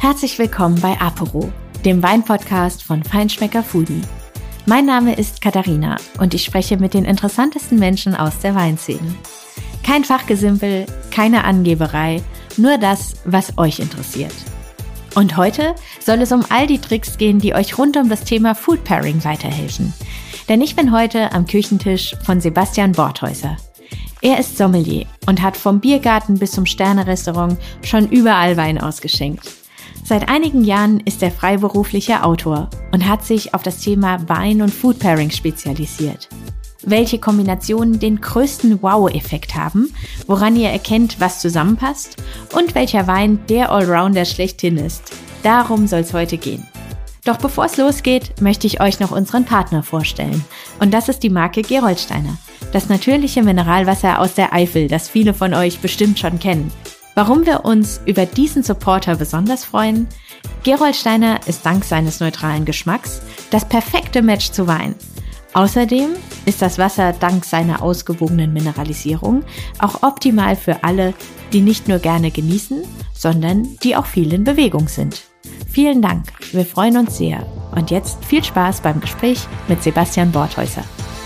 Herzlich willkommen bei Apero, dem Weinpodcast von Feinschmecker Foodie. Mein Name ist Katharina und ich spreche mit den interessantesten Menschen aus der Weinszene. Kein Fachgesimpel, keine Angeberei, nur das, was euch interessiert. Und heute soll es um all die Tricks gehen, die euch rund um das Thema Food Pairing weiterhelfen. Denn ich bin heute am Küchentisch von Sebastian Borthäuser. Er ist Sommelier und hat vom Biergarten bis zum Sterne-Restaurant schon überall Wein ausgeschenkt. Seit einigen Jahren ist er freiberuflicher Autor und hat sich auf das Thema Wein und Food Pairing spezialisiert. Welche Kombinationen den größten Wow-Effekt haben, woran ihr erkennt, was zusammenpasst und welcher Wein der Allrounder schlechthin ist. Darum soll es heute gehen. Doch bevor es losgeht, möchte ich euch noch unseren Partner vorstellen. Und das ist die Marke Gerolsteiner. Das natürliche Mineralwasser aus der Eifel, das viele von euch bestimmt schon kennen. Warum wir uns über diesen Supporter besonders freuen? Gerolsteiner ist dank seines neutralen Geschmacks das perfekte Match zu Wein. Außerdem ist das Wasser dank seiner ausgewogenen Mineralisierung auch optimal für alle, die nicht nur gerne genießen, sondern die auch viel in Bewegung sind. Vielen Dank, wir freuen uns sehr. Und jetzt viel Spaß beim Gespräch mit Sebastian Borthäuser.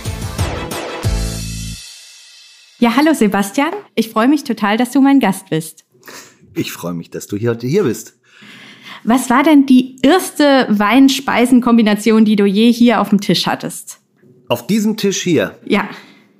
Ja, hallo Sebastian, ich freue mich total, dass du mein Gast bist. Ich freue mich, dass du heute hier bist. Was war denn die erste Wein-Speisen-Kombination, die du je hier auf dem Tisch hattest? Auf diesem Tisch hier? Ja.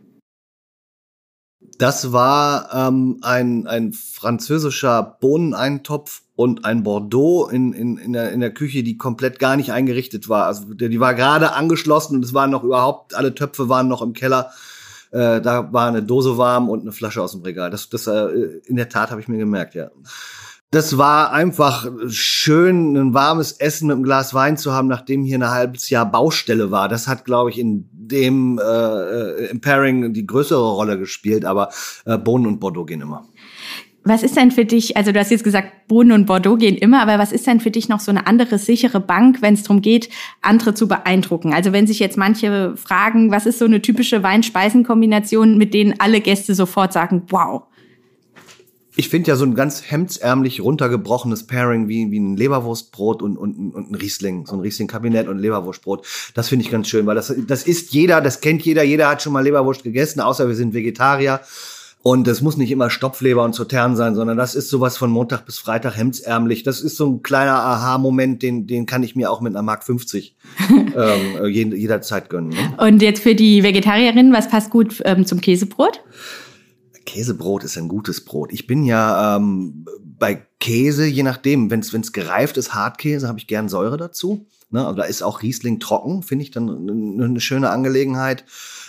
Das war ein französischer Bohneneintopf und ein Bordeaux in der Küche, die komplett gar nicht eingerichtet war. Also die war gerade angeschlossen und es waren noch überhaupt, alle Töpfe waren noch im Keller. Da war eine Dose warm und eine Flasche aus dem Regal. Das in der Tat habe ich mir gemerkt, ja. Das war einfach schön, ein warmes Essen mit einem Glas Wein zu haben, nachdem hier ein halbes Jahr Baustelle war. Das hat, glaube ich, in dem im Pairing die größere Rolle gespielt, aber Bohnen und Bordeaux gehen immer. Was ist denn für dich, also du hast jetzt gesagt, Bohnen und Bordeaux gehen immer, aber was ist denn für dich noch so eine andere sichere Bank, wenn es darum geht, andere zu beeindrucken? Also wenn sich jetzt manche fragen, was ist so eine typische Wein-Speisen-Kombination, mit denen alle Gäste sofort sagen, wow. Ich finde ja so ein ganz hemdsärmlich runtergebrochenes Pairing wie ein Leberwurstbrot und ein Riesling, so ein Riesling-Kabinett und ein Leberwurstbrot. Das finde ich ganz schön, weil das isst jeder, das kennt jeder hat schon mal Leberwurst gegessen, außer wir sind Vegetarier. Und es muss nicht immer Stopfleber und Sautern sein, sondern das ist sowas von Montag bis Freitag hemdsärmlich. Das ist so ein kleiner Aha-Moment, den kann ich mir auch mit einer Mark 50 jederzeit gönnen. Ne? Und jetzt für die Vegetarierin, was passt gut zum Käsebrot? Käsebrot ist ein gutes Brot. Ich bin ja bei Käse, je nachdem, wenn es gereift ist, Hartkäse, habe ich gern Säure dazu. Ne? Also da ist auch Riesling trocken, finde ich dann eine schöne Angelegenheit.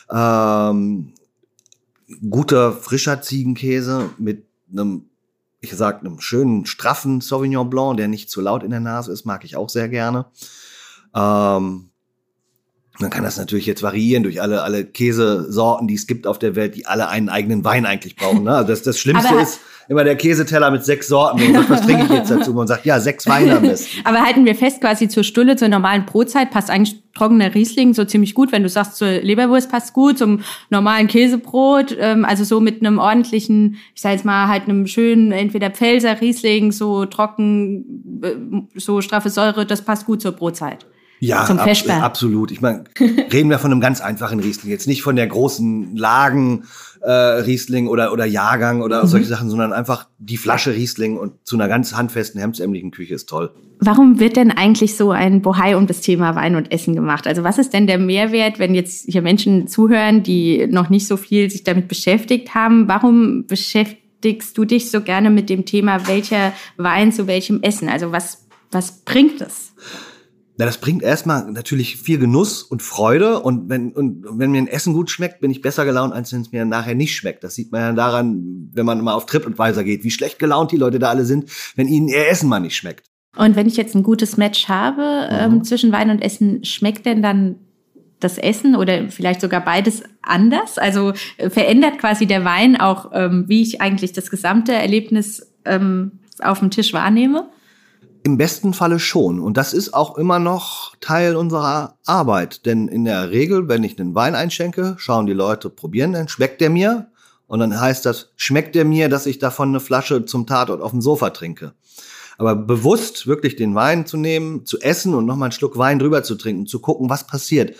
Guter, frischer Ziegenkäse mit einem schönen, straffen Sauvignon Blanc, der nicht zu laut in der Nase ist, mag ich auch sehr gerne. Man kann das natürlich jetzt variieren durch alle Käsesorten, die es gibt auf der Welt, die alle einen eigenen Wein eigentlich brauchen. Ne? Das Schlimmste ist immer der Käseteller mit 6 Sorten. Und sagt, was trinke ich jetzt dazu? Man sagt, ja, 6 Weine am besten. Aber halten wir fest, quasi zur Stulle, zur normalen Brotzeit passt eigentlich trockener Riesling so ziemlich gut. Wenn du sagst, zur Leberwurst passt gut, zum normalen Käsebrot, also so mit einem ordentlichen, ich sag jetzt mal, halt einem schönen, entweder Pfälzer Riesling, so trocken, so straffe Säure, das passt gut zur Brotzeit. Ja, absolut. Ich meine, reden wir von einem ganz einfachen Riesling. Jetzt nicht von der großen Lagen Riesling oder Jahrgang oder solche Sachen, sondern einfach die Flasche Riesling und zu einer ganz handfesten, hemdsärmlichen Küche ist toll. Warum wird denn eigentlich so ein Bohai um das Thema Wein und Essen gemacht? Also was ist denn der Mehrwert, wenn jetzt hier Menschen zuhören, die noch nicht so viel sich damit beschäftigt haben? Warum beschäftigst du dich so gerne mit dem Thema, welcher Wein zu welchem Essen? Also was bringt es? Na, das bringt erstmal natürlich viel Genuss und Freude und wenn mir ein Essen gut schmeckt, bin ich besser gelaunt, als wenn es mir nachher nicht schmeckt. Das sieht man ja daran, wenn man mal auf TripAdvisor geht, wie schlecht gelaunt die Leute da alle sind, wenn ihnen ihr Essen mal nicht schmeckt. Und wenn ich jetzt ein gutes Match habe zwischen Wein und Essen, schmeckt denn dann das Essen oder vielleicht sogar beides anders? Also verändert quasi der Wein auch, wie ich eigentlich das gesamte Erlebnis auf dem Tisch wahrnehme? Im besten Falle schon. Und das ist auch immer noch Teil unserer Arbeit. Denn in der Regel, wenn ich einen Wein einschenke, schauen die Leute, probieren den, schmeckt der mir? Und dann heißt das, schmeckt der mir, dass ich davon eine Flasche zum Tatort auf dem Sofa trinke? Aber bewusst wirklich den Wein zu nehmen, zu essen und nochmal einen Schluck Wein drüber zu trinken, zu gucken, was passiert.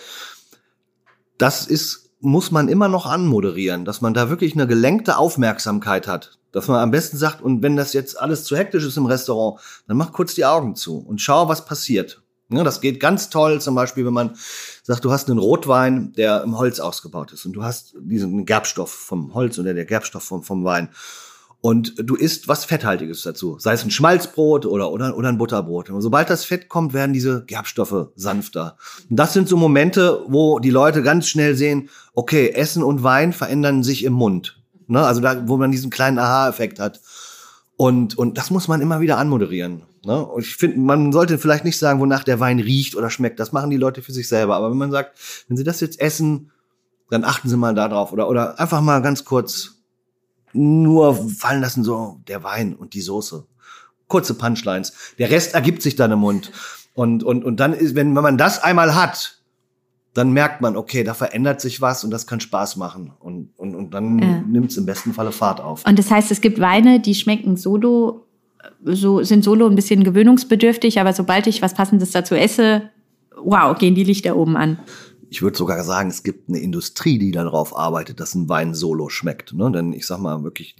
Muss man immer noch anmoderieren, dass man da wirklich eine gelenkte Aufmerksamkeit hat. Dass man am besten sagt, und wenn das jetzt alles zu hektisch ist im Restaurant, dann mach kurz die Augen zu und schau, was passiert. Ja, das geht ganz toll, zum Beispiel, wenn man sagt, du hast einen Rotwein, der im Holz ausgebaut ist und du hast diesen Gerbstoff vom Holz oder der Gerbstoff vom Wein und du isst was Fetthaltiges dazu, sei es ein Schmalzbrot oder ein Butterbrot. Und sobald das Fett kommt, werden diese Gerbstoffe sanfter. Und das sind so Momente, wo die Leute ganz schnell sehen, okay, Essen und Wein verändern sich im Mund. Ne? Also da, wo man diesen kleinen Aha-Effekt hat. Und das muss man immer wieder anmoderieren. Ne? Und ich finde, man sollte vielleicht nicht sagen, wonach der Wein riecht oder schmeckt. Das machen die Leute für sich selber. Aber wenn man sagt, wenn sie das jetzt essen, dann achten sie mal da drauf. Oder einfach mal ganz kurz nur fallen lassen, so der Wein und die Soße. Kurze Punchlines. Der Rest ergibt sich dann im Mund. Und dann ist, wenn man das einmal hat, dann merkt man, okay, da verändert sich was und das kann Spaß machen. Und dann nimmt es im besten Falle Fahrt auf. Und das heißt, es gibt Weine, die schmecken sind solo ein bisschen gewöhnungsbedürftig, aber sobald ich was Passendes dazu esse, wow, gehen die Lichter oben an. Ich würde sogar sagen, es gibt eine Industrie, die darauf arbeitet, dass ein Wein solo schmeckt. Ne? Denn ich sag mal wirklich,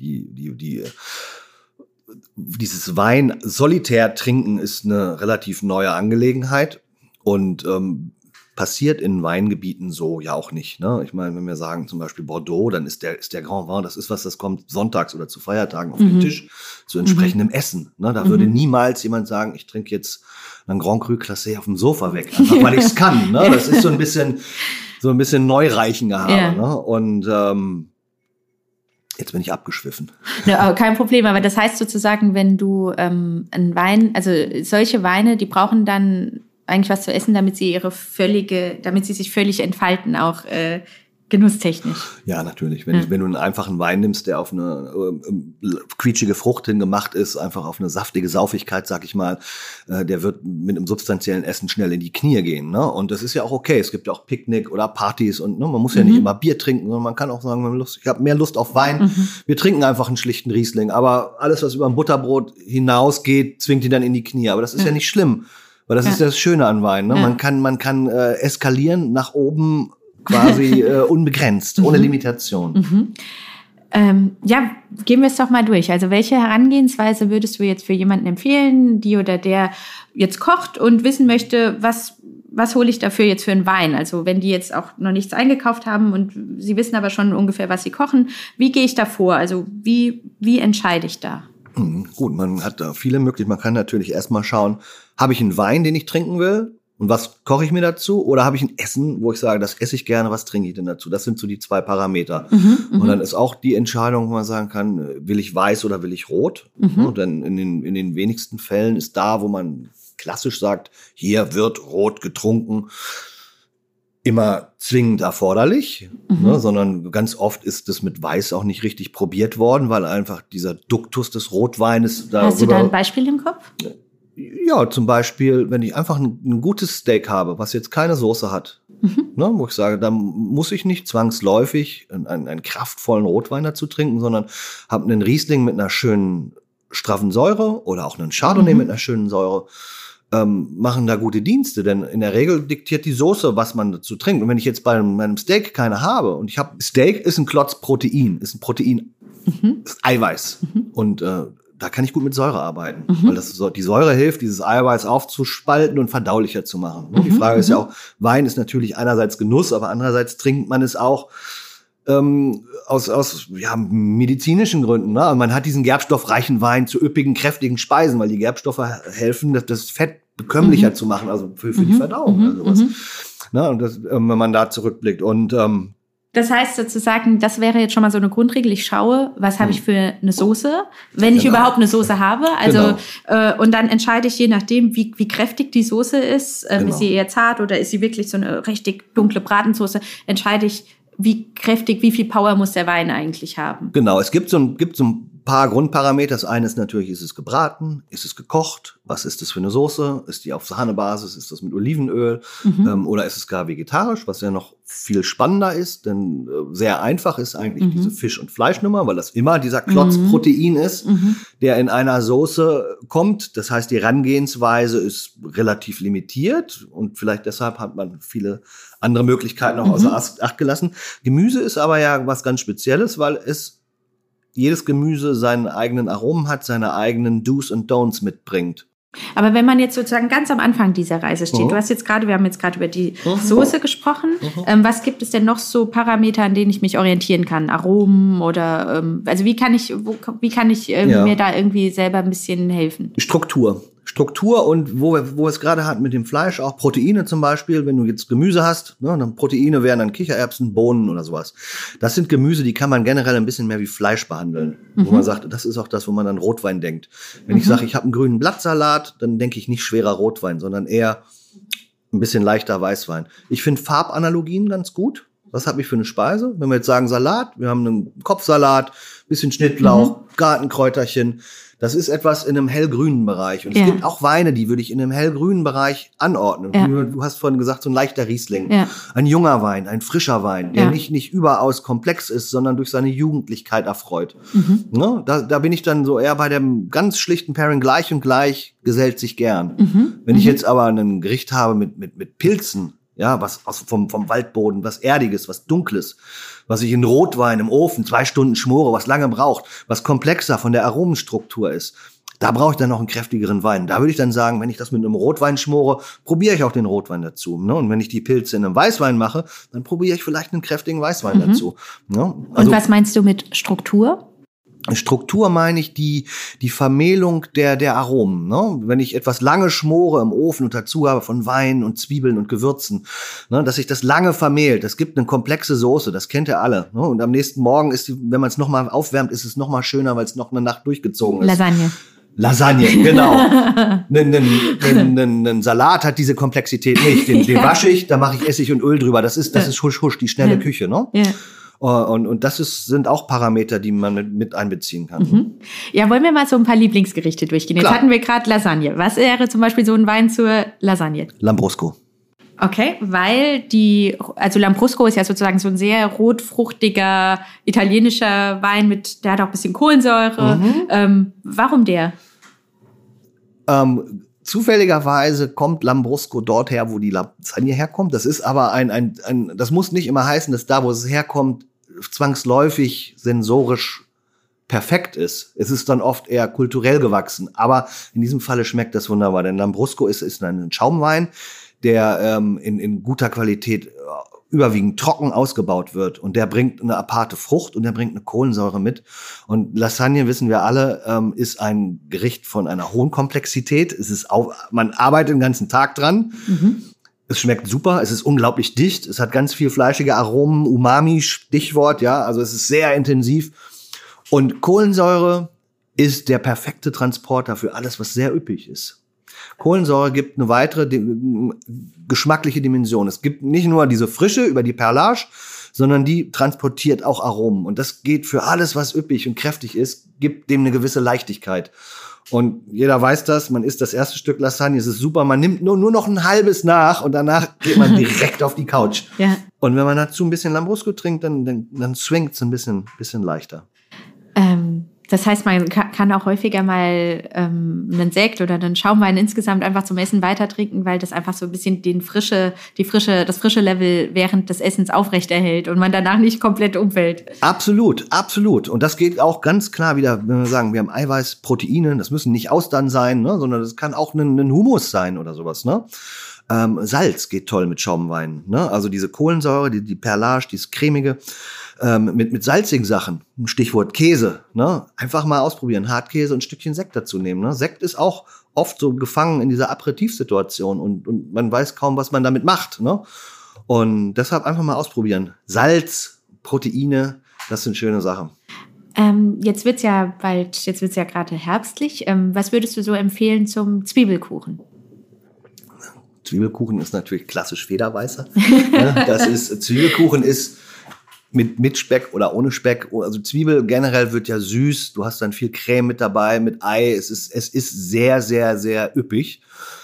dieses Wein solitär trinken ist eine relativ neue Angelegenheit und passiert in Weingebieten so ja auch nicht. Ne? Ich meine, wenn wir sagen zum Beispiel Bordeaux, dann ist der Grand Vin, das kommt sonntags oder zu Feiertagen auf den Tisch zu entsprechendem Essen. Ne? Da würde niemals jemand sagen, ich trinke jetzt ein Grand Cru Classé auf dem Sofa weg, einfach weil ich es kann. Ne? Das ist so ein bisschen Neureichengehabe. Ja. Ne? Und jetzt bin ich abgeschwiffen. No, kein Problem, aber das heißt sozusagen, wenn du einen Wein, also solche Weine, die brauchen dann eigentlich was zu essen, damit sie sich völlig entfalten, auch genusstechnisch. Ja, natürlich. Wenn du einen einfachen Wein nimmst, der auf eine quietschige Frucht hin gemacht ist, einfach auf eine saftige Saufigkeit, sag ich mal, der wird mit einem substanziellen Essen schnell in die Knie gehen. Ne? Und das ist ja auch okay. Es gibt ja auch Picknick oder Partys und ne, man muss ja nicht immer Bier trinken, sondern man kann auch sagen, ich habe mehr Lust auf Wein. Wir trinken einfach einen schlichten Riesling. Aber alles, was über ein Butterbrot hinausgeht, zwingt ihn dann in die Knie. Aber das ist ja nicht schlimm. Weil das ist ja das Schöne an Wein. Ne? Ja. Man kann eskalieren nach oben quasi unbegrenzt, ohne Limitation. Ja, gehen wir es doch mal durch. Also welche Herangehensweise würdest du jetzt für jemanden empfehlen, die oder der jetzt kocht und wissen möchte, was hole ich dafür jetzt für einen Wein? Also wenn die jetzt auch noch nichts eingekauft haben und sie wissen aber schon ungefähr, was sie kochen, wie gehe ich da vor? Also wie entscheide ich da? Gut, man hat da viele Möglichkeiten. Man kann natürlich erstmal schauen, habe ich einen Wein, den ich trinken will? Und was koche ich mir dazu? Oder habe ich ein Essen, wo ich sage, das esse ich gerne, was trinke ich denn dazu? Das sind so die 2 Parameter. Und dann ist auch die Entscheidung, wo man sagen kann, will ich weiß oder will ich rot? Denn in den wenigsten Fällen ist da, wo man klassisch sagt, hier wird rot getrunken, immer zwingend erforderlich, ne, sondern ganz oft ist es mit Weiß auch nicht richtig probiert worden, weil einfach dieser Duktus des Rotweines darüber... Hast du da ein Beispiel im Kopf? Ja, zum Beispiel, wenn ich einfach ein gutes Steak habe, was jetzt keine Soße hat, ne, wo ich sage, da muss ich nicht zwangsläufig einen kraftvollen Rotwein dazu trinken, sondern habe einen Riesling mit einer schönen straffen Säure oder auch einen Chardonnay mit einer schönen Säure, machen da gute Dienste, denn in der Regel diktiert die Soße, was man dazu trinkt. Und wenn ich jetzt bei meinem Steak keine habe und Steak ist ein Klotz Protein, ist Eiweiß. Und da kann ich gut mit Säure arbeiten, weil die Säure hilft, dieses Eiweiß aufzuspalten und verdaulicher zu machen. Die Frage ist ja auch, Wein ist natürlich einerseits Genuss, aber andererseits trinkt man es auch aus medizinischen Gründen. Ne? Und man hat diesen gerbstoffreichen Wein zu üppigen, kräftigen Speisen, weil die Gerbstoffe helfen, das Fett bekömmlicher zu machen, also für die Verdauung. Also was. Ne? Und das, wenn man da zurückblickt. Und das heißt sozusagen, das wäre jetzt schon mal so eine Grundregel. Ich schaue, was habe ich für eine Soße, wenn ich überhaupt eine Soße habe. Also und dann entscheide ich je nachdem, wie kräftig die Soße ist. Ist sie eher zart oder ist sie wirklich so eine richtig dunkle Bratensoße? Entscheide ich, wie kräftig, wie viel Power muss der Wein eigentlich haben. Genau, es gibt so ein paar Grundparameter. Das eine ist natürlich, ist es gebraten? Ist es gekocht? Was ist das für eine Soße? Ist die auf Sahnebasis? Ist das mit Olivenöl? Oder ist es gar vegetarisch? Was ja noch viel spannender ist, denn sehr einfach ist eigentlich diese Fisch- und Fleischnummer, weil das immer dieser Klotz Protein ist, der in einer Soße kommt. Das heißt, die Herangehensweise ist relativ limitiert und vielleicht deshalb hat man viele andere Möglichkeiten auch außer Acht gelassen. Gemüse ist aber ja was ganz Spezielles, weil jedes Gemüse seinen eigenen Aromen hat, seine eigenen Do's und Don'ts mitbringt. Aber wenn man jetzt sozusagen ganz am Anfang dieser Reise steht, wir haben jetzt gerade über die Soße gesprochen, was gibt es denn noch so Parameter, an denen ich mich orientieren kann? Aromen oder, also wie kann ich mir da irgendwie selber ein bisschen helfen? Struktur und wo wir es gerade hatten mit dem Fleisch, auch Proteine zum Beispiel, wenn du jetzt Gemüse hast, ne, dann Proteine wären dann Kichererbsen, Bohnen oder sowas. Das sind Gemüse, die kann man generell ein bisschen mehr wie Fleisch behandeln. Wo man sagt, das ist auch das, wo man an Rotwein denkt. Wenn ich sage, ich habe einen grünen Blattsalat, dann denke ich nicht schwerer Rotwein, sondern eher ein bisschen leichter Weißwein. Ich finde Farbanalogien ganz gut. Was habe ich für eine Speise? Wenn wir jetzt sagen Salat, wir haben einen Kopfsalat, bisschen Schnittlauch, Gartenkräuterchen. Das ist etwas in einem hellgrünen Bereich. Und es gibt auch Weine, die würde ich in einem hellgrünen Bereich anordnen. Ja. Du hast vorhin gesagt, so ein leichter Riesling. Ja. Ein junger Wein, ein frischer Wein, der nicht überaus komplex ist, sondern durch seine Jugendlichkeit erfreut. Ne? Da bin ich dann so eher bei dem ganz schlichten Pairing, gleich und gleich gesellt sich gern. Wenn ich jetzt aber ein Gericht habe mit Pilzen, ja, was vom Waldboden, was Erdiges, was Dunkles, was ich in Rotwein im Ofen 2 Stunden schmore, was lange braucht, was komplexer von der Aromenstruktur ist. Da brauche ich dann noch einen kräftigeren Wein. Da würde ich dann sagen, wenn ich das mit einem Rotwein schmore, probiere ich auch den Rotwein dazu. Ne? Und wenn ich die Pilze in einem Weißwein mache, dann probiere ich vielleicht einen kräftigen Weißwein dazu. Ne? Also, und was meinst du mit Struktur? Struktur meine ich die Vermählung der Aromen. Ne? Wenn ich etwas lange schmore im Ofen und dazu habe von Wein und Zwiebeln und Gewürzen, ne, dass sich das lange vermählt. Das gibt eine komplexe Soße, das kennt ihr alle. Ne? Und am nächsten Morgen wenn man es nochmal aufwärmt, ist es nochmal schöner, weil es noch eine Nacht durchgezogen ist. Lasagne, genau. Ein Salat hat diese Komplexität nicht. Den wasche ich, da mache ich Essig und Öl drüber. Das ist husch, husch, die schnelle Küche. Ne? Ja. Und das sind auch Parameter, die man mit einbeziehen kann. Ja, wollen wir mal so ein paar Lieblingsgerichte durchgehen. Jetzt hatten wir gerade Lasagne. Was wäre zum Beispiel so ein Wein zur Lasagne? Lambrusco. Okay, weil Lambrusco ist ja sozusagen so ein sehr rotfruchtiger italienischer Wein der hat auch ein bisschen Kohlensäure. Warum der? Zufälligerweise kommt Lambrusco dort her, wo die Lasagne herkommt. Das ist aber das muss nicht immer heißen, dass da, wo es herkommt, zwangsläufig sensorisch perfekt ist. Es ist dann oft eher kulturell gewachsen. Aber in diesem Falle schmeckt das wunderbar. Denn Lambrusco ist ein Schaumwein, der in guter Qualität überwiegend trocken ausgebaut wird. Und der bringt eine aparte Frucht und der bringt eine Kohlensäure mit. Und Lasagne, wissen wir alle, ist ein Gericht von einer hohen Komplexität. Man arbeitet den ganzen Tag dran. Es schmeckt super, es ist unglaublich dicht, es hat ganz viel fleischige Aromen, Umami, Stichwort, ja, also es ist sehr intensiv. Und Kohlensäure ist der perfekte Transporter für alles, was sehr üppig ist. Kohlensäure gibt eine weitere geschmackliche Dimension. Es gibt nicht nur diese Frische über die Perlage, sondern die transportiert auch Aromen. Und das geht für alles, was üppig und kräftig ist, gibt dem eine gewisse Leichtigkeit. Und jeder weiß das, man isst das erste Stück Lasagne, es ist super, man nimmt nur noch ein halbes nach und danach geht man direkt auf die Couch. Ja. Und wenn man dazu ein bisschen Lambrusco trinkt, dann swingt es ein bisschen leichter. Das heißt, man kann auch häufiger mal einen Sekt oder einen Schaumwein insgesamt einfach zum Essen weiter trinken, weil das einfach so ein bisschen das frische Level während des Essens aufrechterhält und man danach nicht komplett umfällt. Absolut, absolut. Und das geht auch ganz klar wieder, wenn wir sagen, wir haben Eiweiß, Proteine, das müssen nicht Austern sein, ne, sondern das kann auch ein Hummus sein oder sowas, ne? Salz geht toll mit Schaumwein, ne? Also diese Kohlensäure, die Perlage, dieses cremige, mit salzigen Sachen, Stichwort Käse, ne? Einfach mal ausprobieren, Hartkäse und ein Stückchen Sekt dazu nehmen, ne? Sekt ist auch oft so gefangen in dieser Aperitivsituation und man weiß kaum, was man damit macht, ne? Und deshalb einfach mal ausprobieren. Salz, Proteine, das sind schöne Sachen. Jetzt wird's ja gerade herbstlich. Was würdest du so empfehlen zum Zwiebelkuchen? Zwiebelkuchen ist natürlich klassisch Federweißer. Zwiebelkuchen ist mit Speck oder ohne Speck. Also Zwiebel generell wird ja süß. Du hast dann viel Creme mit dabei, mit Ei. Es ist sehr, sehr, sehr üppig.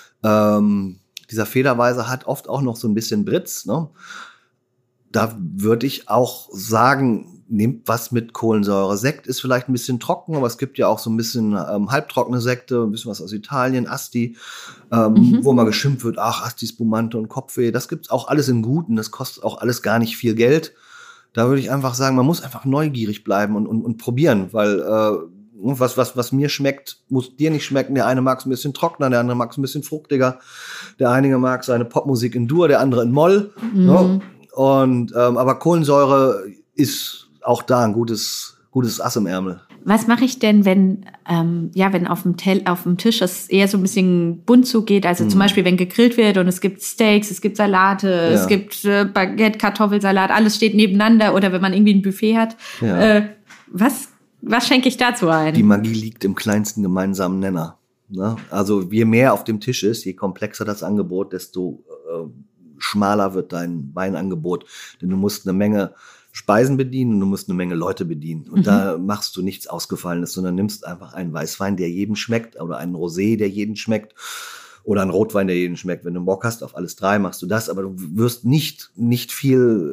Dieser Federweißer hat oft auch noch so ein bisschen Britz, ne? Da würde ich auch sagen, nehmt was mit Kohlensäure. Sekt ist vielleicht ein bisschen trocken, aber es gibt ja auch so ein bisschen halbtrockene Sekte, ein bisschen was aus Italien, Asti, wo mal geschimpft wird, ach, Asti Spumante und Kopfweh. Das gibt's auch alles in Guten, das kostet auch alles gar nicht viel Geld. Da würde ich einfach sagen, man muss einfach neugierig bleiben und probieren, weil was mir schmeckt, muss dir nicht schmecken. Der eine mag es ein bisschen trockener, der andere mag es ein bisschen fruchtiger. Der eine mag seine Popmusik in Dur, der andere in Moll. Ne? Und aber Kohlensäure ist auch da ein gutes Ass im Ärmel. Was mache ich denn, wenn auf dem Tisch es eher so ein bisschen bunt zugeht? Also zum Beispiel, wenn gegrillt wird und es gibt Steaks, es gibt Salate, es gibt Baguette, Kartoffelsalat, alles steht nebeneinander oder wenn man irgendwie ein Buffet hat. Ja. Was schenke ich dazu ein? Die Magie liegt im kleinsten gemeinsamen Nenner. Ne? Also je mehr auf dem Tisch ist, je komplexer das Angebot, desto schmaler wird dein Weinangebot. Denn du musst eine Menge Speisen bedienen und du musst eine Menge Leute bedienen. Und da machst du nichts Ausgefallenes, sondern nimmst einfach einen Weißwein, der jedem schmeckt, oder einen Rosé, der jedem schmeckt, oder einen Rotwein, der jedem schmeckt. Wenn du Bock hast auf alles drei, machst du das, aber du wirst nicht viel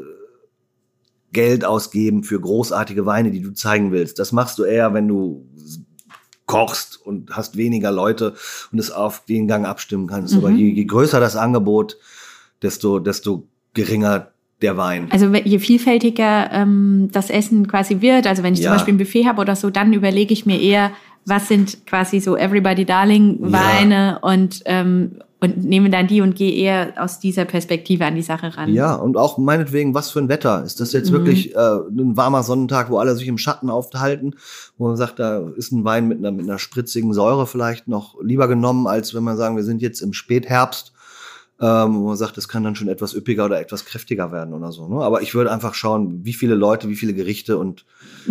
Geld ausgeben für großartige Weine, die du zeigen willst. Das machst du eher, wenn du kochst und hast weniger Leute und es auf den Gang abstimmen kannst. Aber je größer das Angebot, desto geringer der Wein. Also je vielfältiger das Essen quasi wird, also wenn ich zum Beispiel ein Buffet habe oder so, dann überlege ich mir eher, was sind quasi so Everybody Darling Weine und nehme dann die und gehe eher aus dieser Perspektive an die Sache ran. Ja, und auch meinetwegen, was für ein Wetter. Ist das jetzt wirklich ein warmer Sonnentag, wo alle sich im Schatten aufhalten, wo man sagt, da ist ein Wein mit einer spritzigen Säure vielleicht noch lieber genommen, als wenn man sagen, wir sind jetzt im Spätherbst, wo man sagt, das kann dann schon etwas üppiger oder etwas kräftiger werden oder so. Ne? Aber ich würde einfach schauen, wie viele Leute, wie viele Gerichte und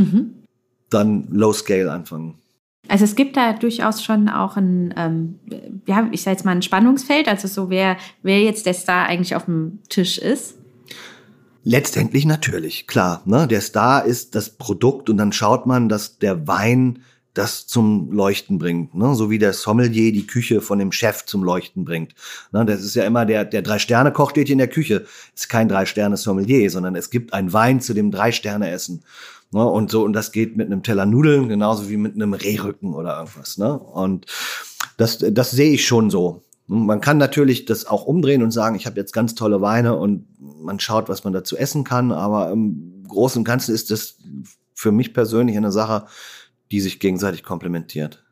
dann Low Scale anfangen. Also es gibt da durchaus schon auch ein, ich sage jetzt mal ein Spannungsfeld, also so wer jetzt der Star eigentlich auf dem Tisch ist. Letztendlich natürlich, klar. Ne? Der Star ist das Produkt und dann schaut man, dass der Wein das zum Leuchten bringt. Ne? So wie der Sommelier die Küche von dem Chef zum Leuchten bringt. Ne? Das ist ja immer der 3-Sterne-Koch steht hier in der Küche. Ist kein 3-Sterne-Sommelier, sondern es gibt einen Wein zu dem 3-Sterne-Essen. Ne? Und so, und das geht mit einem Teller Nudeln genauso wie mit einem Rehrücken oder irgendwas. Ne? Und das sehe ich schon so. Man kann natürlich das auch umdrehen und sagen, ich habe jetzt ganz tolle Weine und man schaut, was man dazu essen kann. Aber im Großen und Ganzen ist das für mich persönlich eine Sache, die sich gegenseitig komplementiert.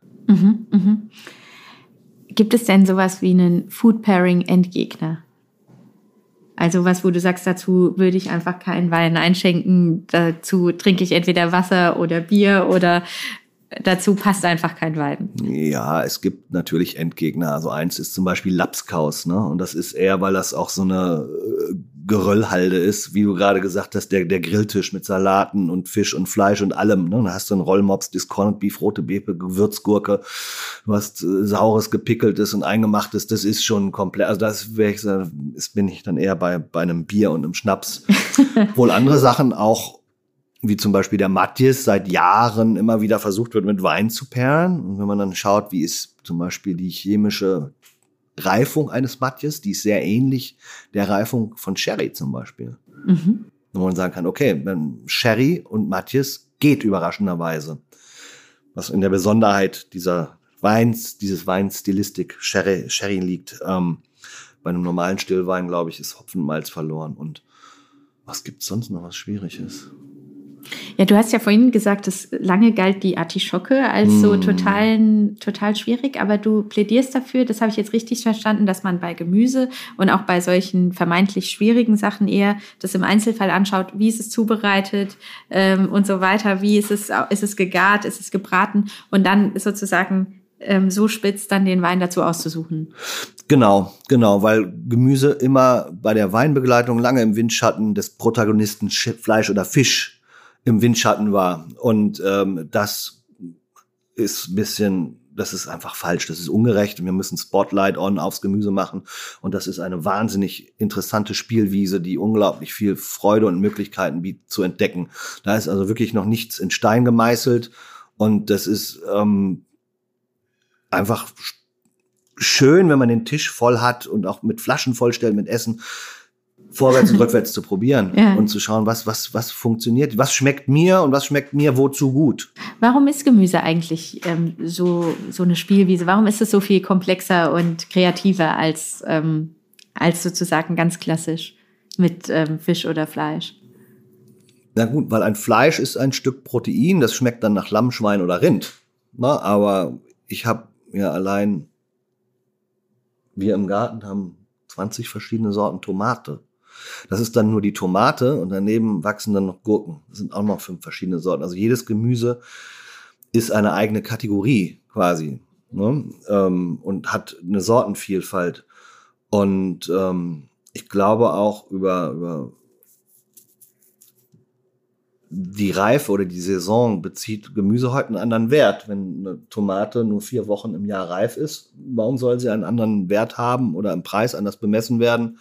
Gibt es denn sowas wie einen Food-Pairing-Endgegner? Also was, wo du sagst, dazu würde ich einfach keinen Wein einschenken, dazu trinke ich entweder Wasser oder Bier oder dazu passt einfach kein Wein. Ja, es gibt natürlich Endgegner. Also eins ist zum Beispiel Lapskaus, ne? Und das ist eher, weil das auch so eine Geröllhalde ist, wie du gerade gesagt hast, der Grilltisch mit Salaten und Fisch und Fleisch und allem. Ne? Da hast du einen Rollmops, Discorned Beef, rote Beete, Gewürzgurke, du hast saures, gepickeltes und eingemachtes. Das ist schon komplett. Also bin ich dann eher bei einem Bier und einem Schnaps. Wohl andere Sachen auch, wie zum Beispiel der Matjes seit Jahren immer wieder versucht wird, mit Wein zu pairen. Und wenn man dann schaut, wie ist zum Beispiel die chemische Reifung eines Matjes, die ist sehr ähnlich der Reifung von Sherry zum Beispiel. Wo man sagen kann, okay, Sherry und Matjes geht überraschenderweise. Was in der Besonderheit dieses Weinstilistik Sherry liegt. Bei einem normalen Stillwein, glaube ich, ist Hopfenmalz verloren. Und was gibt's sonst noch, was schwierig ist? Ja, du hast ja vorhin gesagt, dass lange galt die Artischocke als so total schwierig, aber du plädierst dafür, das habe ich jetzt richtig verstanden, dass man bei Gemüse und auch bei solchen vermeintlich schwierigen Sachen eher das im Einzelfall anschaut, wie ist es zubereitet und so weiter, wie ist es gegart, ist es gebraten und dann sozusagen so spitz dann den Wein dazu auszusuchen. Genau, weil Gemüse immer bei der Weinbegleitung lange im Windschatten des Protagonisten Fleisch oder Fisch im Windschatten war. Und das ist ein bisschen das ist einfach falsch, das ist ungerecht und wir müssen Spotlight aufs Gemüse machen und das ist eine wahnsinnig interessante Spielwiese, die unglaublich viel Freude und Möglichkeiten bietet zu entdecken. Da ist also wirklich noch nichts in Stein gemeißelt und das ist einfach schön, wenn man den Tisch voll hat und auch mit Flaschen vollstellt mit Essen, vorwärts und rückwärts zu probieren und zu schauen, was funktioniert, was schmeckt mir und was schmeckt mir wozu gut. Warum ist Gemüse eigentlich so eine Spielwiese? Warum ist es so viel komplexer und kreativer als sozusagen ganz klassisch mit Fisch oder Fleisch? Na gut, weil ein Fleisch ist ein Stück Protein, das schmeckt dann nach Lamm, Schwein oder Rind. Na, aber ich habe ja allein, wir im Garten haben 20 verschiedene Sorten Tomate. Das ist dann nur die Tomate und daneben wachsen dann noch Gurken. Das sind auch noch 5 verschiedene Sorten. Also jedes Gemüse ist eine eigene Kategorie quasi, ne? Und hat eine Sortenvielfalt. Und ich glaube auch über die Reife oder die Saison bezieht Gemüse heute einen anderen Wert. Wenn eine Tomate nur 4 Wochen im Jahr reif ist, warum soll sie einen anderen Wert haben oder im Preis anders bemessen werden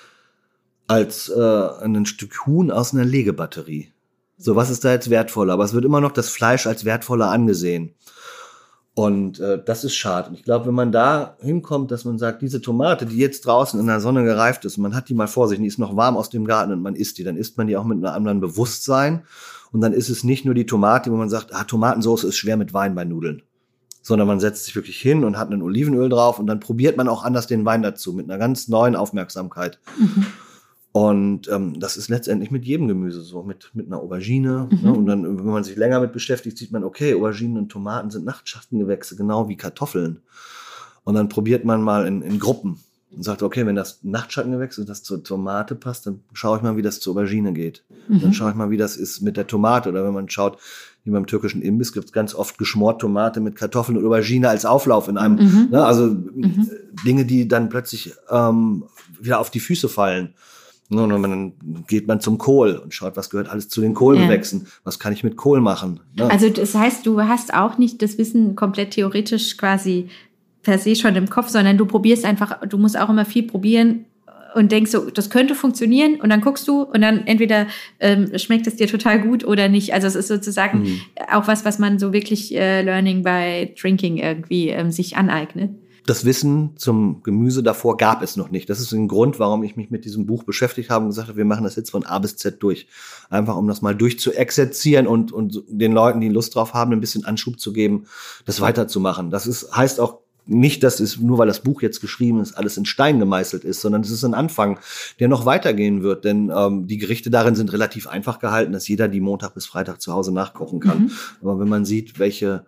als ein Stück Huhn aus einer Legebatterie? So, was ist da jetzt wertvoller? Aber es wird immer noch das Fleisch als wertvoller angesehen. Und das ist schade. Und ich glaube, wenn man da hinkommt, dass man sagt, diese Tomate, die jetzt draußen in der Sonne gereift ist, man hat die mal vor sich, die ist noch warm aus dem Garten und man isst die, dann isst man die auch mit einem anderen Bewusstsein. Und dann ist es nicht nur die Tomate, wo man sagt, Tomatensauce ist schwer mit Wein bei Nudeln. Sondern man setzt sich wirklich hin und hat ein Olivenöl drauf und dann probiert man auch anders den Wein dazu, mit einer ganz neuen Aufmerksamkeit. Mhm. Und das ist letztendlich mit jedem Gemüse so, mit einer Aubergine. Ne? Und dann, wenn man sich länger mit beschäftigt, sieht man, okay, Auberginen und Tomaten sind Nachtschattengewächse, genau wie Kartoffeln. Und dann probiert man mal in Gruppen und sagt, okay, wenn das Nachtschattengewächs und das zur Tomate passt, dann schaue ich mal, wie das zur Aubergine geht. Dann schaue ich mal, wie das ist mit der Tomate. Oder wenn man schaut, wie beim türkischen Imbiss gibt es ganz oft geschmort Tomate mit Kartoffeln und Aubergine als Auflauf in einem. Ne? Also Dinge, die dann plötzlich wieder auf die Füße fallen. Und dann geht man zum Kohl und schaut, was gehört alles zu den Kohlgewächsen. Was kann ich mit Kohl machen? Ne? Also das heißt, du hast auch nicht das Wissen komplett theoretisch quasi per se schon im Kopf, sondern du probierst einfach, du musst auch immer viel probieren und denkst so, das könnte funktionieren und dann guckst du und dann entweder schmeckt es dir total gut oder nicht. Also es ist sozusagen auch was man so wirklich Learning by Drinking irgendwie sich aneignet. Das Wissen zum Gemüse davor gab es noch nicht. Das ist ein Grund, warum ich mich mit diesem Buch beschäftigt habe und gesagt habe, wir machen das jetzt von A bis Z durch. Einfach um das mal durchzuexerzieren und den Leuten, die Lust drauf haben, ein bisschen Anschub zu geben, das weiterzumachen. Das heißt auch nicht, dass es, nur weil das Buch jetzt geschrieben ist, alles in Stein gemeißelt ist, sondern es ist ein Anfang, der noch weitergehen wird. Denn die Gerichte darin sind relativ einfach gehalten, dass jeder die Montag bis Freitag zu Hause nachkochen kann. Aber wenn man sieht, welche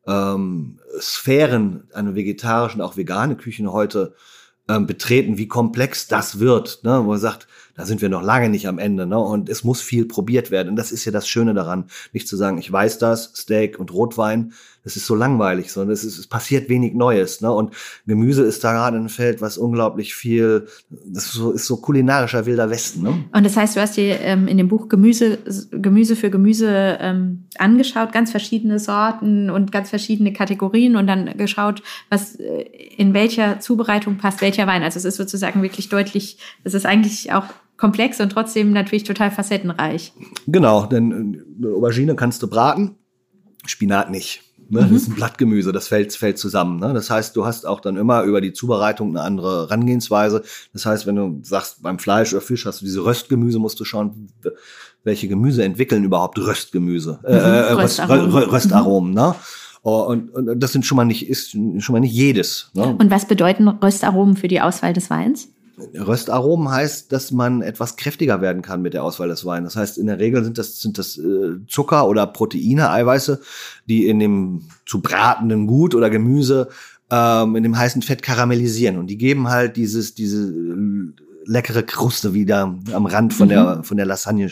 Sphären eine vegetarische und auch vegane Küche heute betreten, wie komplex das wird, ne? Wo man sagt, da sind wir noch lange nicht am Ende, ne? Und es muss viel probiert werden. Und das ist ja das Schöne daran, nicht zu sagen, ich weiß das, Steak und Rotwein, das ist so langweilig, sondern es passiert wenig Neues, ne? Und Gemüse ist da gerade ein Feld, was unglaublich viel, das ist so kulinarischer Wilder Westen, ne? Und das heißt, du hast dir in dem Buch Gemüse für Gemüse angeschaut, ganz verschiedene Sorten und ganz verschiedene Kategorien und dann geschaut, was in welcher Zubereitung passt welcher Wein. Also es ist sozusagen wirklich deutlich, es ist eigentlich auch komplex und trotzdem natürlich total facettenreich. Genau, denn Aubergine kannst du braten, Spinat nicht. Ne? Das ist ein Blattgemüse, das fällt zusammen. Ne? Das heißt, du hast auch dann immer über die Zubereitung eine andere Herangehensweise. Das heißt, wenn du sagst, beim Fleisch oder Fisch hast du diese Röstgemüse, musst du schauen, welche Gemüse entwickeln überhaupt Röstgemüse, Röstaromen. Ne? Und das sind ist schon mal nicht jedes. Ne? Und was bedeuten Röstaromen für die Auswahl des Weins? Röstaromen heißt, dass man etwas kräftiger werden kann mit der Auswahl des Weins. Das heißt, in der Regel sind das Zucker oder Proteine, Eiweiße, die in dem zu bratenden Gut oder Gemüse in dem heißen Fett karamellisieren. Und die geben halt diese leckere Kruste wieder am Rand von der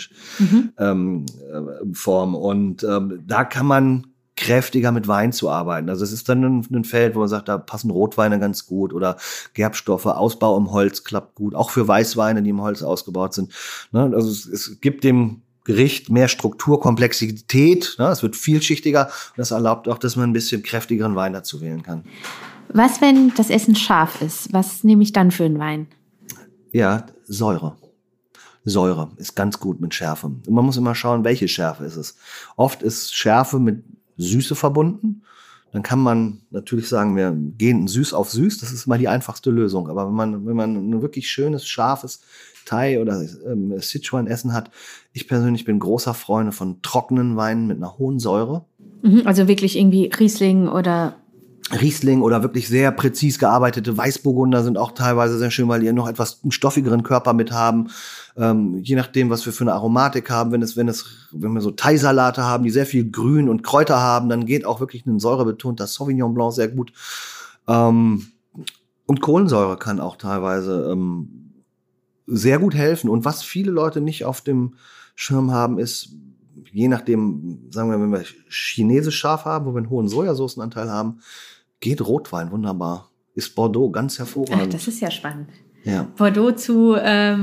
Lasagne-Form. Und da kann man kräftiger mit Wein zu arbeiten. Also es ist dann ein Feld, wo man sagt, da passen Rotweine ganz gut oder Gerbstoffe, Ausbau im Holz klappt gut, auch für Weißweine, die im Holz ausgebaut sind. Ne? Also es gibt dem Gericht mehr Struktur, Komplexität. Ne? Es wird vielschichtiger und das erlaubt auch, dass man ein bisschen kräftigeren Wein dazu wählen kann. Was, wenn das Essen scharf ist? Was nehme ich dann für einen Wein? Ja, Säure. Säure ist ganz gut mit Schärfe. Und man muss immer schauen, welche Schärfe ist es. Oft ist Schärfe mit Süße verbunden. Dann kann man natürlich sagen, wir gehen süß auf süß. Das ist mal die einfachste Lösung. Aber wenn man ein wirklich schönes, scharfes Thai- oder Sichuan-Essen hat, ich persönlich bin großer Freund von trockenen Weinen mit einer hohen Säure. Also wirklich irgendwie Riesling oder wirklich sehr präzis gearbeitete Weißburgunder sind auch teilweise sehr schön, weil die noch etwas einen stoffigeren Körper mit haben. Je nachdem, was wir für eine Aromatik haben, wenn wir so Thai-Salate haben, die sehr viel Grün und Kräuter haben, dann geht auch wirklich ein säurebetonter Sauvignon Blanc sehr gut. Und Kohlensäure kann auch teilweise sehr gut helfen. Und was viele Leute nicht auf dem Schirm haben, ist, je nachdem, sagen wir, wenn wir chinesisch scharf haben, wo wir einen hohen Sojasoßenanteil haben, geht Rotwein wunderbar. Ist Bordeaux ganz hervorragend. Ach, das ist ja spannend. Ja. Bordeaux zur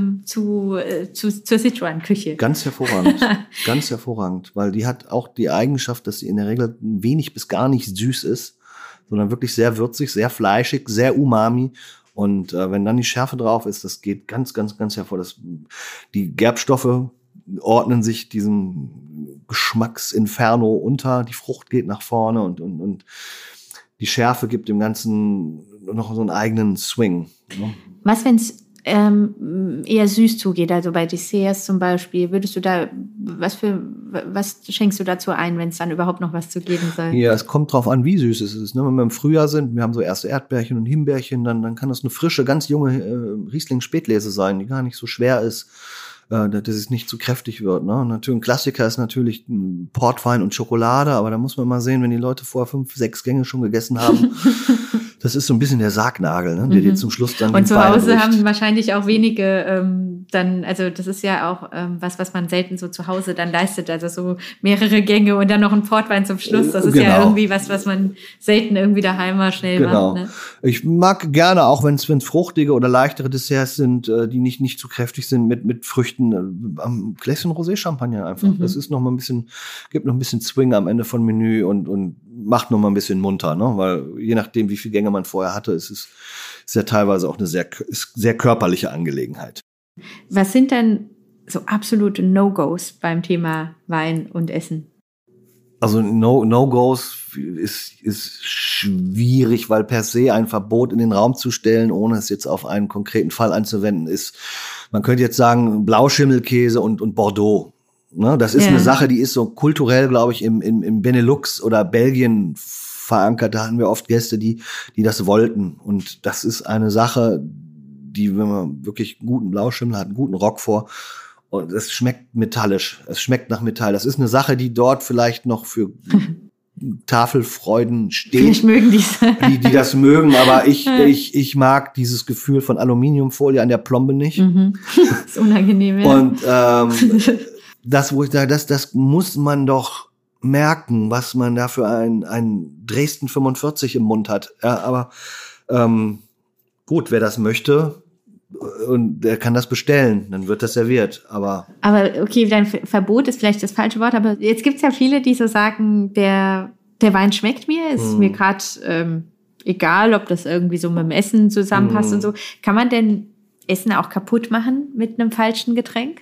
Sichuan-Küche. Ganz hervorragend. Ganz hervorragend. Weil die hat auch die Eigenschaft, dass sie in der Regel wenig bis gar nicht süß ist, sondern wirklich sehr würzig, sehr fleischig, sehr umami. Und wenn dann die Schärfe drauf ist, das geht ganz, ganz, ganz hervor. Die Gerbstoffe ordnen sich diesem Geschmacksinferno unter. Die Frucht geht nach vorne und die Schärfe gibt dem Ganzen noch so einen eigenen Swing. Ne? Was, wenn es eher süß zugeht, also bei Desserts zum Beispiel, würdest du da, was schenkst du dazu ein, wenn es dann überhaupt noch was zu geben soll? Ja, es kommt drauf an, wie süß es ist. Ne? Wenn wir im Frühjahr sind, wir haben so erste Erdbeerchen und Himbeerchen, dann kann das eine frische, ganz junge Riesling-Spätlese sein, die gar nicht so schwer ist, dass es nicht zu kräftig wird. Ne? Natürlich ein Klassiker ist natürlich Portwein und Schokolade, aber da muss man mal sehen, wenn die Leute vorher 5, 6 Gänge schon gegessen haben, das ist so ein bisschen der Sargnagel, ne? Der dir zum Schluss dann und die zu Beine Hause bricht. haben wahrscheinlich auch wenige dann, also das ist ja auch was man selten so zu Hause dann leistet, also so mehrere Gänge und dann noch ein Portwein zum Schluss, das ist ja irgendwie was man selten irgendwie daheim mal schnell macht. Ne? Ich mag gerne, auch wenn es fruchtige oder leichtere Desserts sind, die nicht zu kräftig sind, mit Früchten, am Gläschen Rosé-Champagner einfach. Das ist noch mal gibt noch ein bisschen Swing am Ende von Menü und macht noch mal ein bisschen munter, ne? Weil je nachdem, wie viele Gänge man vorher hatte, ist ja teilweise auch eine sehr körperliche Angelegenheit. Was sind denn so absolute No-Gos beim Thema Wein und Essen? Also No-Gos ist schwierig, weil per se ein Verbot in den Raum zu stellen, ohne es jetzt auf einen konkreten Fall anzuwenden, ist, man könnte jetzt sagen, Blauschimmelkäse und Bordeaux. Ne? Das ist eine Sache, die ist so kulturell, glaube ich, im Benelux oder Belgien verankert. Da hatten wir oft Gäste, die das wollten. Und das ist eine Sache, die, wenn man wirklich guten Blauschimmel hat, einen guten Roquefort, und es schmeckt metallisch. Es schmeckt nach Metall. Das ist eine Sache, die dort vielleicht noch für Tafelfreuden steht. Vielleicht mögen die das mögen, aber ich mag dieses Gefühl von Aluminiumfolie an der Plombe nicht. Das ist unangenehm, ja. Und das, wo ich sage, das muss man doch merken, was man da für ein Dresden 45 im Mund hat. Ja, aber gut, wer das möchte, und der kann das bestellen, dann wird das serviert. Aber okay, dein Verbot ist vielleicht das falsche Wort, aber jetzt gibt's ja viele, die so sagen, der Wein schmeckt mir, ist mir gerade egal, ob das irgendwie so mit dem Essen zusammenpasst und so. Kann man denn Essen auch kaputt machen mit einem falschen Getränk?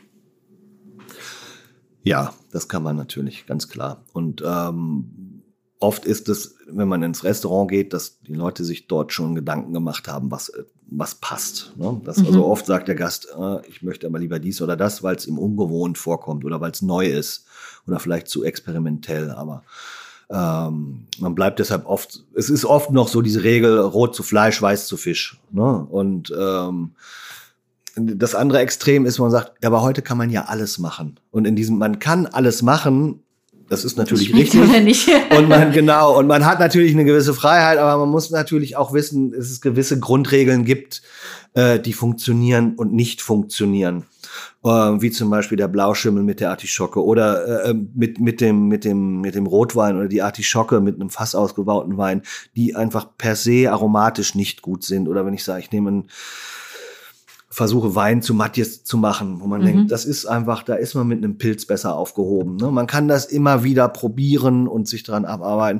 Ja, das kann man natürlich, ganz klar. Und oft ist es, wenn man ins Restaurant geht, dass die Leute sich dort schon Gedanken gemacht haben, was passt. Ne? Also oft sagt der Gast, ich möchte aber lieber dies oder das, weil es ihm ungewohnt vorkommt oder weil es neu ist oder vielleicht zu experimentell. Aber man bleibt deshalb es ist oft noch so diese Regel, rot zu Fleisch, weiß zu Fisch. Ne? Und das andere Extrem ist, man sagt, aber heute kann man ja alles machen. Und in diesem, man kann alles machen, das ist natürlich richtig. Und man hat natürlich eine gewisse Freiheit, aber man muss natürlich auch wissen, dass es gewisse Grundregeln gibt, die funktionieren und nicht funktionieren. Wie zum Beispiel der Blauschimmel mit der Artischocke oder mit dem Rotwein oder die Artischocke mit einem Fass ausgebauten Wein, die einfach per se aromatisch nicht gut sind. Oder wenn ich sage, ich nehme einen versuche Wein zu Matjes zu machen, wo man denkt, das ist einfach, da ist man mit einem Pilz besser aufgehoben. Ne? Man kann das immer wieder probieren und sich dran abarbeiten.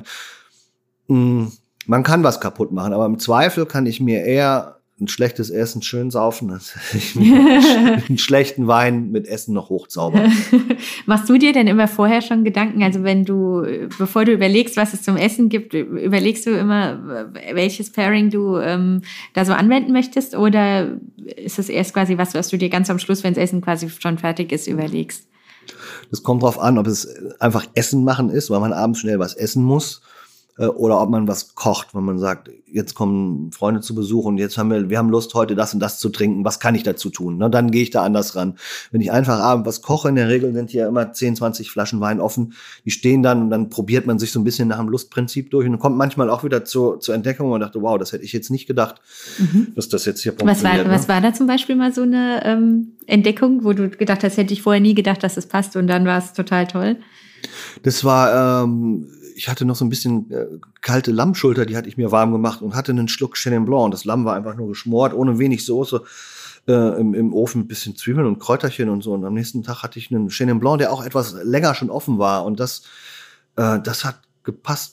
Man kann was kaputt machen, aber im Zweifel kann ich mir eher ein schlechtes Essen schön saufen, als ich mir einen schlechten Wein mit Essen noch hochzaubern. Machst du dir denn immer vorher schon Gedanken? Also bevor du überlegst, was es zum Essen gibt, überlegst du immer, welches Pairing du da so anwenden möchtest? Oder ist es erst quasi was du dir ganz am Schluss, wenn das Essen quasi schon fertig ist, überlegst? Das kommt drauf an, ob es einfach Essen machen ist, weil man abends schnell was essen muss. Oder ob man was kocht, wenn man sagt, jetzt kommen Freunde zu Besuch und jetzt wir haben Lust, heute das und das zu trinken, was kann ich dazu tun? Ne? Dann gehe ich da anders ran. Wenn ich einfach abends was koche, in der Regel sind hier immer 10, 20 Flaschen Wein offen, die stehen dann und dann probiert man sich so ein bisschen nach dem Lustprinzip durch und kommt manchmal auch wieder zur Entdeckung und man dachte, wow, das hätte ich jetzt nicht gedacht, dass das jetzt hier funktioniert. Was war da zum Beispiel mal so eine Entdeckung, wo du gedacht hast, hätte ich vorher nie gedacht, dass es passt und dann war es total toll? Das war... Ich hatte noch so ein bisschen kalte Lammschulter, die hatte ich mir warm gemacht und hatte einen Schluck Chenin Blanc. Das Lamm war einfach nur geschmort, ohne wenig Soße, im Ofen mit bisschen Zwiebeln und Kräuterchen und so. Und am nächsten Tag hatte ich einen Chenin Blanc, der auch etwas länger schon offen war. Und das hat gepasst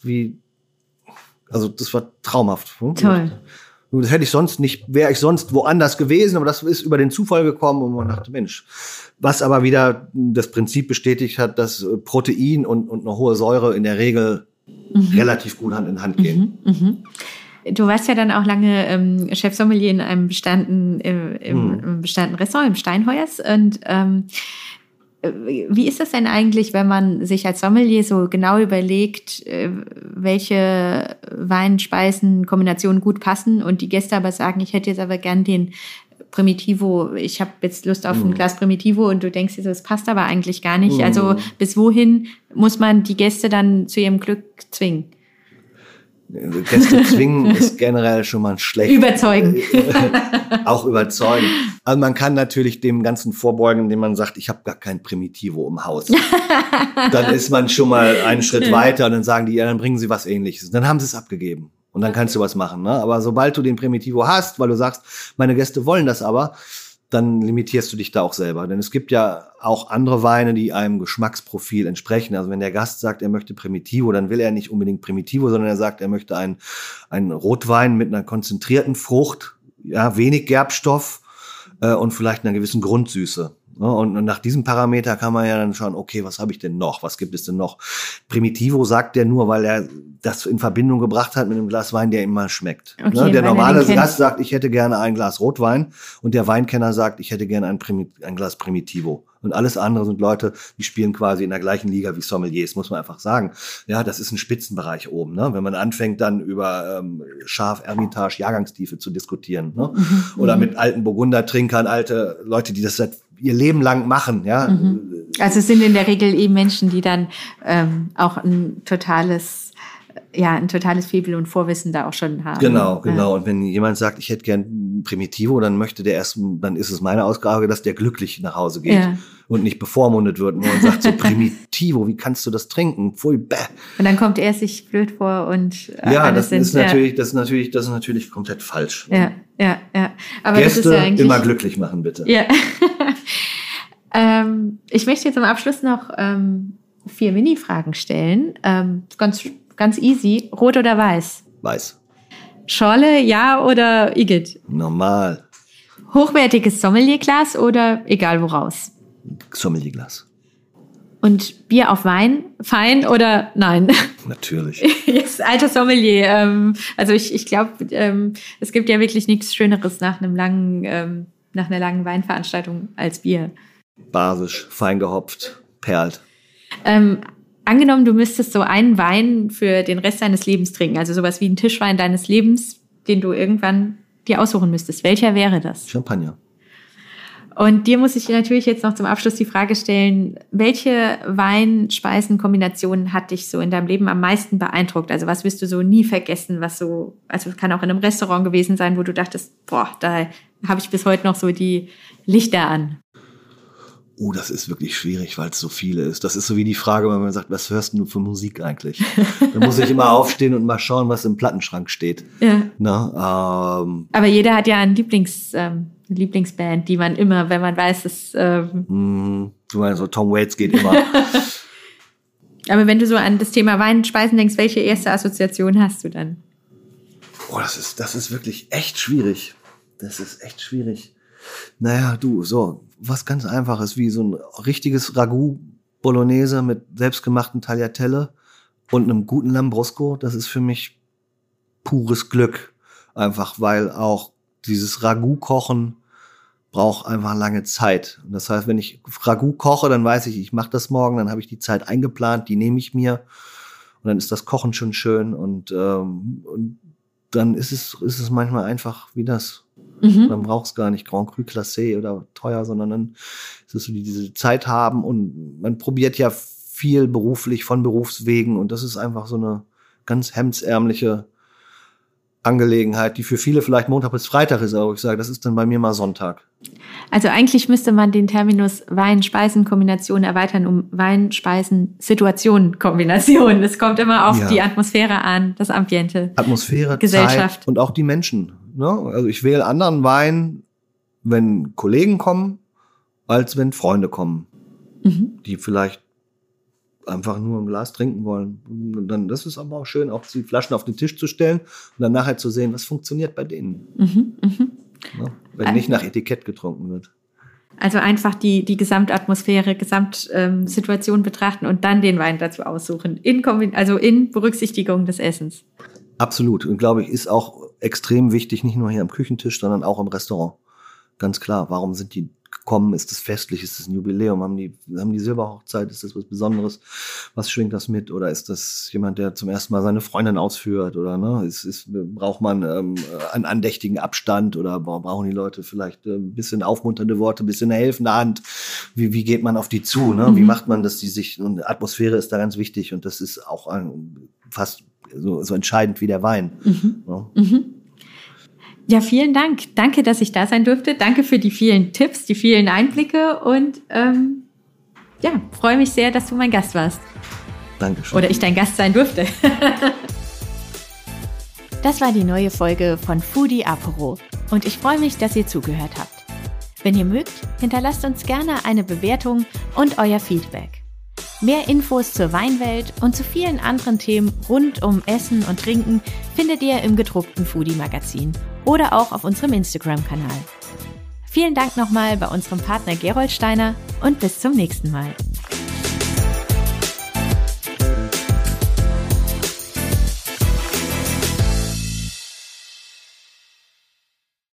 das war traumhaft. Toll. Das hätte ich sonst nicht, wäre ich sonst woanders gewesen, aber das ist über den Zufall gekommen und man dachte, Mensch, was aber wieder das Prinzip bestätigt hat, dass Protein und eine hohe Säure in der Regel relativ gut Hand in Hand gehen. Du warst ja dann auch lange Chef-Sommelier in einem bestandenen Restaurant, im Steinheuers. Und wie ist das denn eigentlich, wenn man sich als Sommelier so genau überlegt, welche Weinspeisenkombinationen gut passen und die Gäste aber sagen, ich hätte jetzt aber gern den Primitivo, ich habe jetzt Lust auf ein Glas Primitivo und du denkst dir so, das passt aber eigentlich gar nicht. Also bis wohin muss man die Gäste dann zu ihrem Glück zwingen? Gäste zwingen ist generell schon mal schlecht. Überzeugen. Auch überzeugen. Also man kann natürlich dem Ganzen vorbeugen, indem man sagt, ich habe gar kein Primitivo im Haus. Dann ist man schon mal einen Schritt weiter und dann sagen die, ja, dann bringen sie was Ähnliches. Dann haben sie es abgegeben und dann kannst du was machen. Ne? Aber sobald du den Primitivo hast, weil du sagst, meine Gäste wollen das aber, dann limitierst du dich da auch selber. Denn es gibt ja auch andere Weine, die einem Geschmacksprofil entsprechen. Also wenn der Gast sagt, er möchte Primitivo, dann will er nicht unbedingt Primitivo, sondern er sagt, er möchte einen Rotwein mit einer konzentrierten Frucht, ja, wenig Gerbstoff und vielleicht einer gewissen Grundsüße. Und nach diesem Parameter kann man ja dann schauen, okay, was habe ich denn noch? Was gibt es denn noch? Primitivo sagt er nur, weil er das in Verbindung gebracht hat mit einem Glas Wein, der ihm mal schmeckt. Okay, der normale Gast sagt, ich hätte gerne ein Glas Rotwein und der Weinkenner sagt, ich hätte gerne ein Glas Primitivo. Und alles andere sind Leute, die spielen quasi in der gleichen Liga wie Sommeliers, muss man einfach sagen. Ja, das ist ein Spitzenbereich oben, ne? Wenn man anfängt, dann über Schaf, Ermitage, Jahrgangstiefe zu diskutieren, ne? Oder mit alten Burgundertrinkern, alte Leute, die das seit ihr Leben lang machen, ja. Also es sind in der Regel eben Menschen, die dann auch ein totales Faible und Vorwissen da auch schon haben. Genau. Ja. Und wenn jemand sagt, ich hätte gern Primitivo, dann dann ist es meine Ausgabe, dass der glücklich nach Hause geht und nicht bevormundet wird und sagt so, Primitivo, wie kannst du das trinken? Pfui, bäh. Und dann kommt er sich blöd vor und das ist natürlich komplett falsch. Ja. Aber Gäste das ist ja eigentlich immer glücklich machen, bitte. Ja. Ich möchte jetzt am Abschluss noch 4 Mini-Fragen stellen. Ganz easy. Rot oder weiß? Weiß. Schorle, ja oder Igitt? Normal. Hochwertiges Sommelierglas oder egal woraus? Sommelierglas. Und Bier auf Wein, fein oder nein? Natürlich. Yes, alter Sommelier. Also ich glaube, es gibt ja wirklich nichts Schöneres nach einer langen Weinveranstaltung als Bier. Basisch, fein gehopft, perlt. Angenommen, du müsstest so einen Wein für den Rest deines Lebens trinken, also sowas wie einen Tischwein deines Lebens, den du irgendwann dir aussuchen müsstest. Welcher wäre das? Champagner. Und dir muss ich natürlich jetzt noch zum Abschluss die Frage stellen, welche Weinspeisenkombination hat dich so in deinem Leben am meisten beeindruckt? Also was wirst du so nie vergessen, also kann auch in einem Restaurant gewesen sein, wo du dachtest, boah, da habe ich bis heute noch so die Lichter an. Oh, das ist wirklich schwierig, weil es so viele ist. Das ist so wie die Frage, wenn man sagt, was hörst du für Musik eigentlich? Da muss ich immer aufstehen und mal schauen, was im Plattenschrank steht. Ja. Na, aber jeder hat ja einen Lieblingsgenre Lieblingsband, die man immer, wenn man weiß, dass... Du meinst so, Tom Waits geht immer. Aber wenn du so an das Thema Wein und Speisen denkst, welche erste Assoziation hast du dann? Boah, das ist wirklich echt schwierig. Das ist echt schwierig. Naja, so was ganz Einfaches, wie so ein richtiges Ragout Bolognese mit selbstgemachten Tagliatelle und einem guten Lambrusco. Das ist für mich pures Glück. Einfach, weil auch dieses Ragout kochen braucht einfach lange Zeit. Und das heißt, wenn ich Ragout koche, dann weiß ich mache das morgen, dann habe ich die Zeit eingeplant, die nehme ich mir. Und dann ist das Kochen schon schön und dann ist es manchmal einfach wie das. Man braucht es gar nicht Grand Cru Classé oder teuer, sondern dann ist es so, diese Zeit haben und man probiert ja viel beruflich von Berufswegen und das ist einfach so eine ganz hemdsärmliche Angelegenheit, die für viele vielleicht Montag bis Freitag ist, aber ich sage, das ist dann bei mir mal Sonntag. Also eigentlich müsste man den Terminus Wein-Speisen-Kombination erweitern um Wein-Speisen-Situation-Kombination. Es kommt immer auf die Atmosphäre an, das Ambiente. Atmosphäre, Gesellschaft. Zeit und auch die Menschen. Ne? Also ich wähle anderen Wein, wenn Kollegen kommen, als wenn Freunde kommen, die vielleicht einfach nur ein Glas trinken wollen. Und dann, das ist aber auch schön, auch die Flaschen auf den Tisch zu stellen und dann nachher zu sehen, was funktioniert bei denen. Ne? Wenn nicht nach Etikett getrunken wird. Also einfach die Gesamtatmosphäre, Gesamtsituation betrachten und dann den Wein dazu aussuchen, in Berücksichtigung des Essens. Absolut. Und glaube ich, ist auch extrem wichtig, nicht nur hier am Küchentisch, sondern auch im Restaurant. Ganz klar. Warum sind die gekommen? Ist das festlich? Ist das ein Jubiläum? Haben die Silberhochzeit? Ist das was Besonderes? Was schwingt das mit? Oder ist das jemand, der zum ersten Mal seine Freundin ausführt? Oder braucht man einen andächtigen Abstand? Oder brauchen die Leute vielleicht ein bisschen aufmunternde Worte, ein bisschen eine helfende Hand? Wie geht man auf die zu? Ne? Wie macht man, dass die sich... Und Atmosphäre ist da ganz wichtig. Und das ist auch fast so entscheidend wie der Wein. Ja. Ja, vielen Dank. Danke, dass ich da sein durfte. Danke für die vielen Tipps, die vielen Einblicke und freue mich sehr, dass du mein Gast warst. Dankeschön. Oder ich dein Gast sein durfte. Das war die neue Folge von Foodie Apero und ich freue mich, dass ihr zugehört habt. Wenn ihr mögt, hinterlasst uns gerne eine Bewertung und euer Feedback. Mehr Infos zur Weinwelt und zu vielen anderen Themen rund um Essen und Trinken findet ihr im gedruckten Foodie-Magazin oder auch auf unserem Instagram-Kanal. Vielen Dank nochmal bei unserem Partner Gerolsteiner und bis zum nächsten Mal.